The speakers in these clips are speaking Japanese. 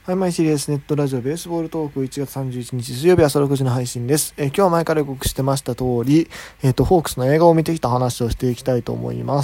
はい、毎日です。ネットラジオベースボールトーク1月31日水曜日朝6時の配信です。今日は前から予告してました通り、ホークスの映画を見てきた話をしていきたいと思います。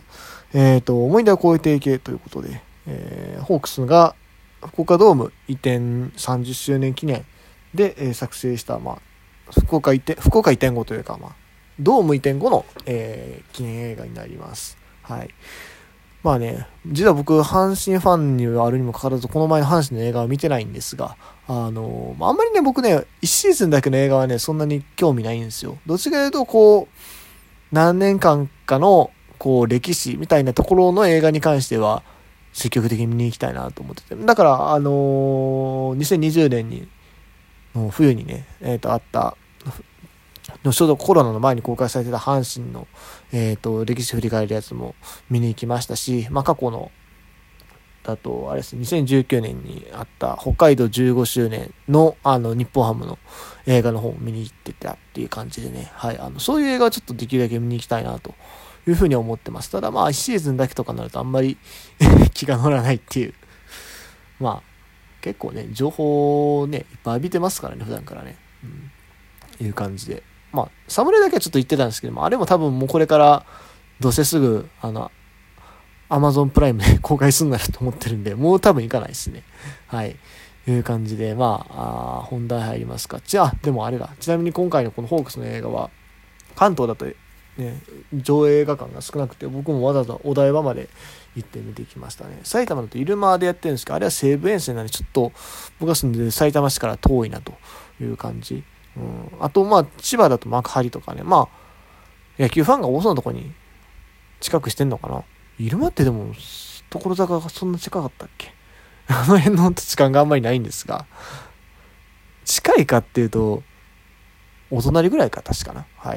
思い出はこういう提携ということで、ホークスが福岡ドーム移転30周年記念で、作成した、福岡移転後というか、ドーム移転後の、記念映画になります。はい。実は僕、阪神ファンにあるにもかかわらず、この前の阪神の映画は見てないんですが、あんまりね、僕ね、1シーズンだけの映画はね、そんなに興味ないんですよ。どっちかというと、何年間かの、歴史みたいなところの映画に関しては、積極的に見に行きたいなと思ってて。だから、2020年の冬にね、あった、ちょうどコロナの前に公開されてた阪神の、歴史振り返るやつも見に行きましたし、過去の、だと、あれですね、2019年にあった北海道15周年の、日本ハムの映画の方を見に行ってたっていう感じでね、はい、そういう映画をちょっとできるだけ見に行きたいなというふうに思ってます。ただ1シーズンだけとかになるとあんまり気が乗らないっていう、結構ね、情報をね、いっぱい浴びてますからね、普段からね。いう感じで。サムネだけはちょっと言ってたんですけども、あれも多分もうこれから、どうせすぐ、アマゾンプライムで公開するんだと思ってるんで、もう多分行かないですね。はい。いう感じで、本題入りますか。でもあれだ。ちなみに今回のこのホークスの映画は、関東だとね、上映映画館が少なくて、僕もわざわざお台場まで行って見てきましたね。埼玉だと入間でやってるんですけど、あれは西武沿線なんで、ちょっと僕が住んでる埼玉市から遠いなという感じ。あと、千葉だと幕張とかね、野球ファンが多そうなとこに近くしてんのかな。入間ってでも、所坂がそんな近かったっけあの辺の土地感があんまりないんですが、近いかっていうと、お隣ぐらいか、確かな。はい。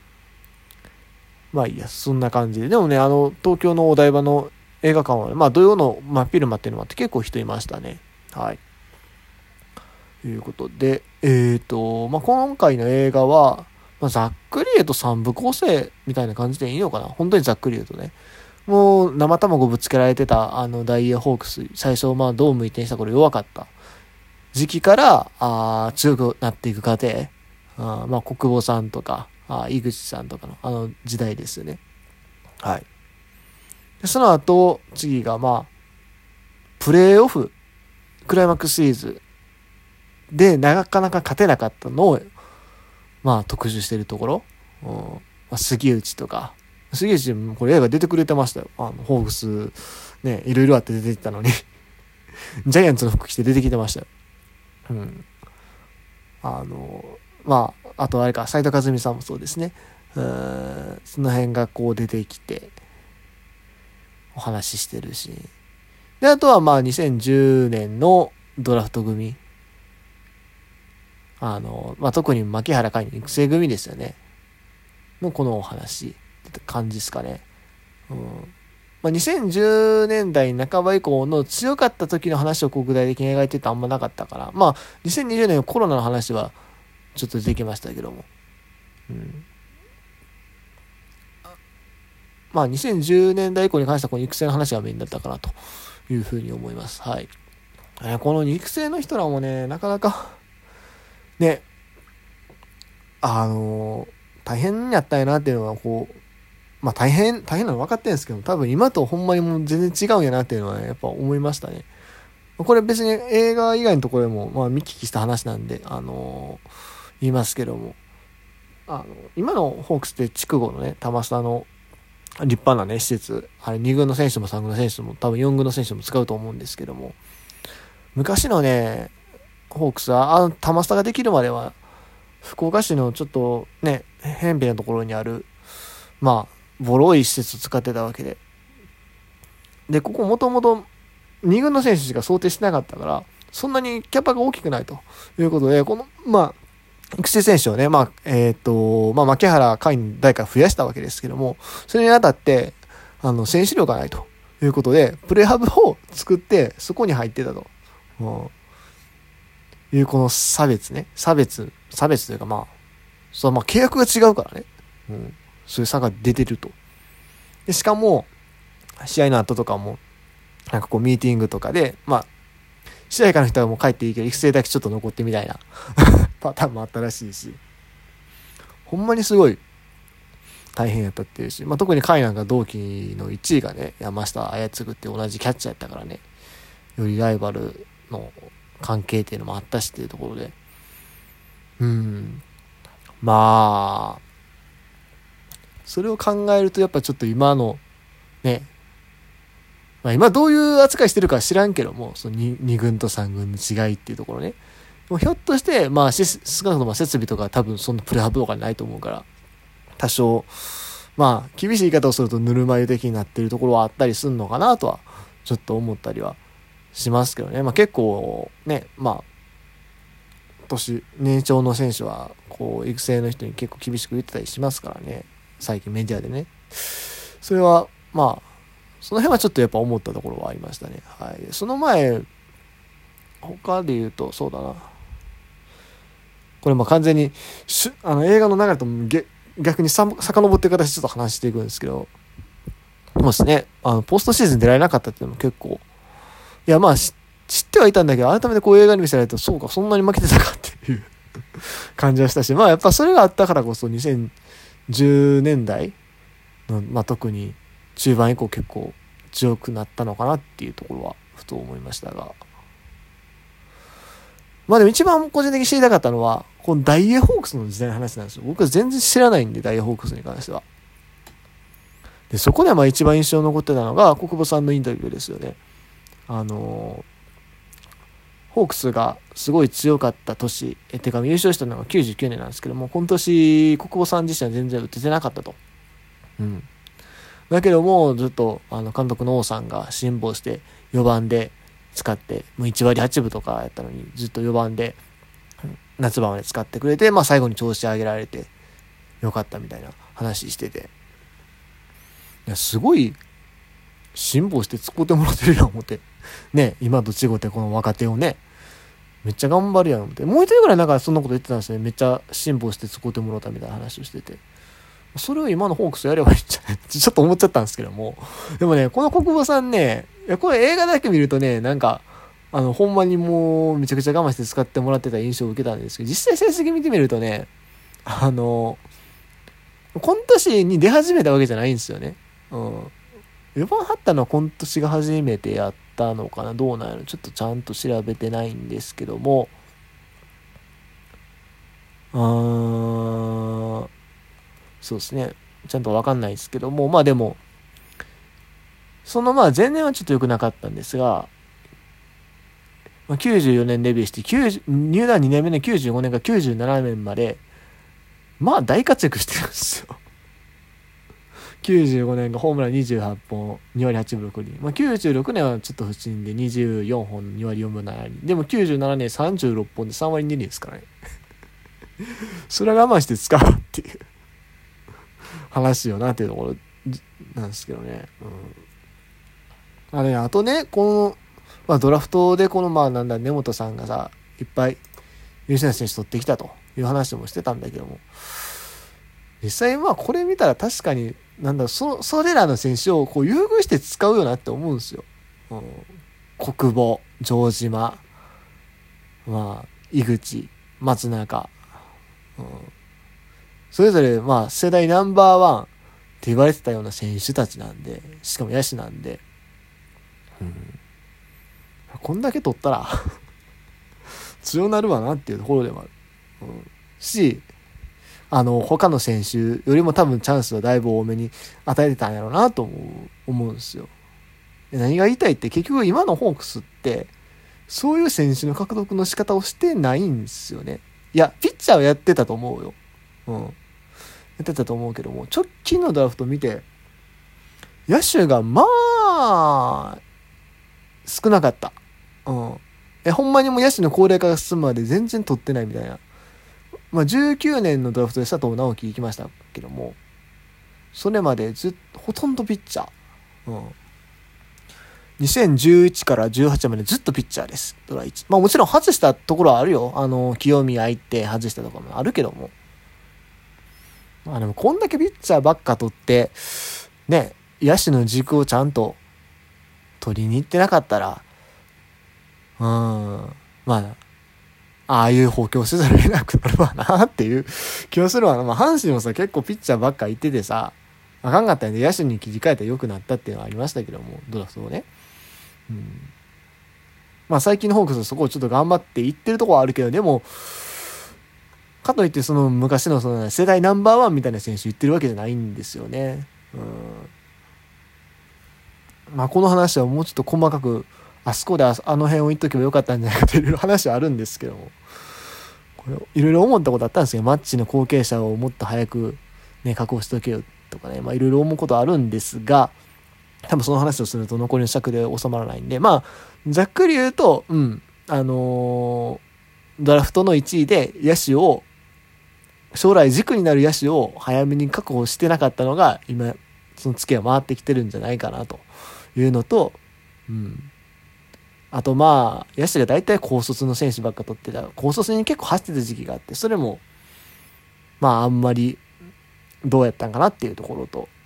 いいや、そんな感じで。でもね、東京のお台場の映画館は、土曜の真っ昼間っていうのもあって結構人いましたね。はい。ということで、今回の映画は、ざっくり言うと3部構成みたいな感じでいいのかな。本当にざっくり言うとね。もう生卵ぶつけられてたダイヤホークス、最初ドーム移転した頃弱かった時期から強くなっていく過程、国保さんとか井口さんとかの時代ですよね。はい。でその後次がプレーオフクライマックスシリーズでなかなか勝てなかったのを特集してるところ、杉内とか杉内もこれ映画出てくれてましたよ。ホークスね、いろいろあって出てきたのにジャイアンツの服着て出てきてましたよ。あとあれか、斉藤和美さんもそうですね。その辺が出てきてお話ししてるし、であとは2010年のドラフト組、特に牧原海の育成組ですよねのこのお話って感じですかね。2010年代半ば以降の強かった時の話を具体的に描いててあんまなかったから、2020年のコロナの話はちょっと出てきましたけども、2010年代以降に関してはこの育成の話がメインだったかなというふうに思います。はい。この育成の人らもね、なかなかね、大変やったんやなっていうのは大変なの分かってるんですけど、多分今とほんまにもう全然違うんやなっていうのは、ね、やっぱ思いましたね。これ別に映画以外のところでも、見聞きした話なんで、言いますけども、今のホークスって筑後のね、玉下の立派なね、施設、2軍の選手も3軍の選手も多分4軍の選手も使うと思うんですけども、昔のね、ホークスは、玉下ができるまでは、福岡市のちょっとね、偏僻なところにある、ボロい施設を使ってたわけで。で、ここもともと2軍の選手しか想定してなかったから、そんなにキャパが大きくないということで、この、育成選手をね、牧原海に誰か増やしたわけですけども、それにあたって、選手量がないということで、プレハブを作って、そこに入ってたと。いうこの差別というか契約が違うからね。そういう差が出てると。で、しかも、試合の後とかも、ミーティングとかで、 試合からの人はもう帰っていいけど育成だけちょっと残ってみたいなパターンもあったらしいし、ほんまにすごい大変やったっていうし、特に甲斐なんか同期の1位がね山下綾嗣って同じキャッチャーやったからね、よりライバルの関係っていうのもあったしっていうところで、それを考えるとやっぱちょっと今のね、今どういう扱いしてるか知らんけども、その 2軍と3軍の違いっていうところね、もうひょっとして少なくとも設備とか多分そんなプレハブとかないと思うから、多少厳しい言い方をするとぬるま湯的になってるところはあったりするのかなとはちょっと思ったりはしますけどね。結構ね、年長の選手はこう育成の人に結構厳しく言ってたりしますからね、最近メディアでね。それはその辺はちょっとやっぱ思ったところはありましたね。はい。その前他で言うとそうだな、これ完全に映画の流れと逆に遡って形でちょっと話していくんですけど、もしねポストシーズン出られなかったっていうのも結構知ってはいたんだけど、改めてこう映画に見せられるとそうかそんなに負けてたかっていう感じはしたし、やっぱそれがあったからこそ2010年代の特に中盤以降結構強くなったのかなっていうところはふと思いましたが、でも一番個人的に知りたかったのはこのダイエーホークスの時代の話なんですよ。僕は全然知らないんで、ダイエーホークスに関しては。でそこで一番印象に残ってたのが国母さんのインタビューですよね。ホークスがすごい強かった年優勝したのが99年なんですけども、今年国母さん自身は全然打ててなかったと。だけどもずっと監督の王さんが辛抱して4番で使って、もう1割8分とかやったのにずっと4番で夏場まで使ってくれて、最後に調子上げられてよかったみたいな話してて、いやすごい辛抱して使ってもらってるやん思ってね、今と違ってこの若手をねめっちゃ頑張るやん思って、もう一人ぐらいそんなこと言ってたんですね。めっちゃ辛抱して使ってもらったみたいな話をしてて、それを今のホークスやればいいんじゃないってちょっと思っちゃったんですけども、でもねこの国母さんね、これ映画だけ見るとねほんまにもうめちゃくちゃ我慢して使ってもらってた印象を受けたんですけど、実際成績見てみるとね今年に出始めたわけじゃないんですよね。4番張ったのは今年が初めてやったのかな、どうなんやろ、ちょっとちゃんと調べてないんですけども、そうですね、ちゃんと分かんないですけども、でもその前年はちょっと良くなかったんですが、94年デビューして入団2年目の95年から97年まで大活躍してるんですよ。95年がホームラン28本2割8分6厘、96年はちょっと不振で24本2割4分7厘でも97年36本で3割2厘ですからねそれは我慢して使うっていう話よなっていうところなんですけどね。あとねこの、ドラフトでこの根本さんがさいっぱい優秀な選手取ってきたという話もしてたんだけども、実際これ見たら確かにそれらの選手をこう優遇して使うよなって思うんですよ。国母、城島、井口、松中、それぞれ世代ナンバーワンって言われてたような選手たちなんで、しかも野手なんで、こんだけ取ったら強なるわなっていうところでもある、し他の選手よりも多分チャンスはだいぶ多めに与えてたんやろうなと思うんですよ。何が言いたいって結局今のホークスってそういう選手の獲得の仕方をしてないんですよね。いやピッチャーはやってたと思うよ、やってたと思うけども、直近のドラフト見て野手が少なかった。ほんまにもう野手の高齢化が進むまで全然取ってないみたいな。19年のドラフトで佐藤直樹行きましたけども、それまでほとんどピッチャー。2011から18までずっとピッチャーです。ドラ1。もちろん外したところはあるよ。清宮行って外したところもあるけども。でもこんだけピッチャーばっか取って、ね、野手の軸をちゃんと取りに行ってなかったら、 まああいう補強せざるを得なくなるわなっていう気がするわな。まあ阪神もさ、結構ピッチャーばっかいててさ、あかんかったんで野手に切り替えたら良くなったっていうのはありましたけども、ドラフトをね。まあ最近のホークスはそこをちょっと頑張っていってるところはあるけど、でも、かといってその昔のその世代ナンバーワンみたいな選手言ってるわけじゃないんですよね。まあこの話はもうちょっと細かく、あそこであの辺を言っとけばよかったんじゃないかという話はあるんですけども、これいろいろ思ったことあったんですけど、マッチの後継者をもっと早くね、確保しとけよとかね、まあいろいろ思うことあるんですが、多分その話をすると残りの尺で収まらないんで、まあ、ざっくり言うと、ドラフトの1位で野手を、将来軸になる野手を早めに確保してなかったのが、今、そのツケが回ってきてるんじゃないかなというのと、あとまあ、野手が大体高卒の選手ばっか取ってた、高卒に結構走ってた時期があって、それも、まああんまりどうやったんかなっていうところと、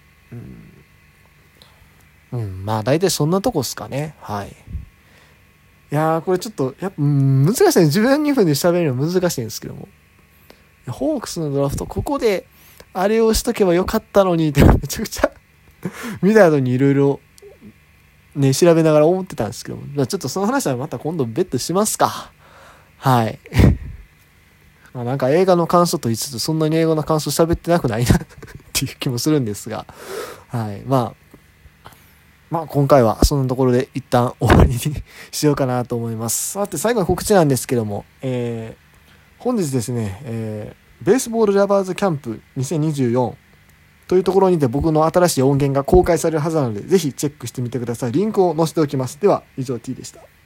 まあ大体そんなとこっすかね。はい。いやー、これちょっと、やっぱ、難しいね。12分で喋るの難しいんですけども。ホークスのドラフト、ここで、あれをしとけばよかったのにって、めちゃくちゃ見た後にいろいろ、ね、調べながら思ってたんですけども。ちょっとその話はまた今度別途しますか。はい。まあなんか映画の感想と言いつつ、そんなに映画の感想喋ってなくないなっていう気もするんですが。はい。まあ今回はそのところで一旦終わりにしようかなと思います。さて最後の告知なんですけども、本日ですね、ベースボールラバーズキャンプ2024というところにて僕の新しい音源が公開されるはずなので、ぜひチェックしてみてください。リンクを載せておきます。では以上 T でした。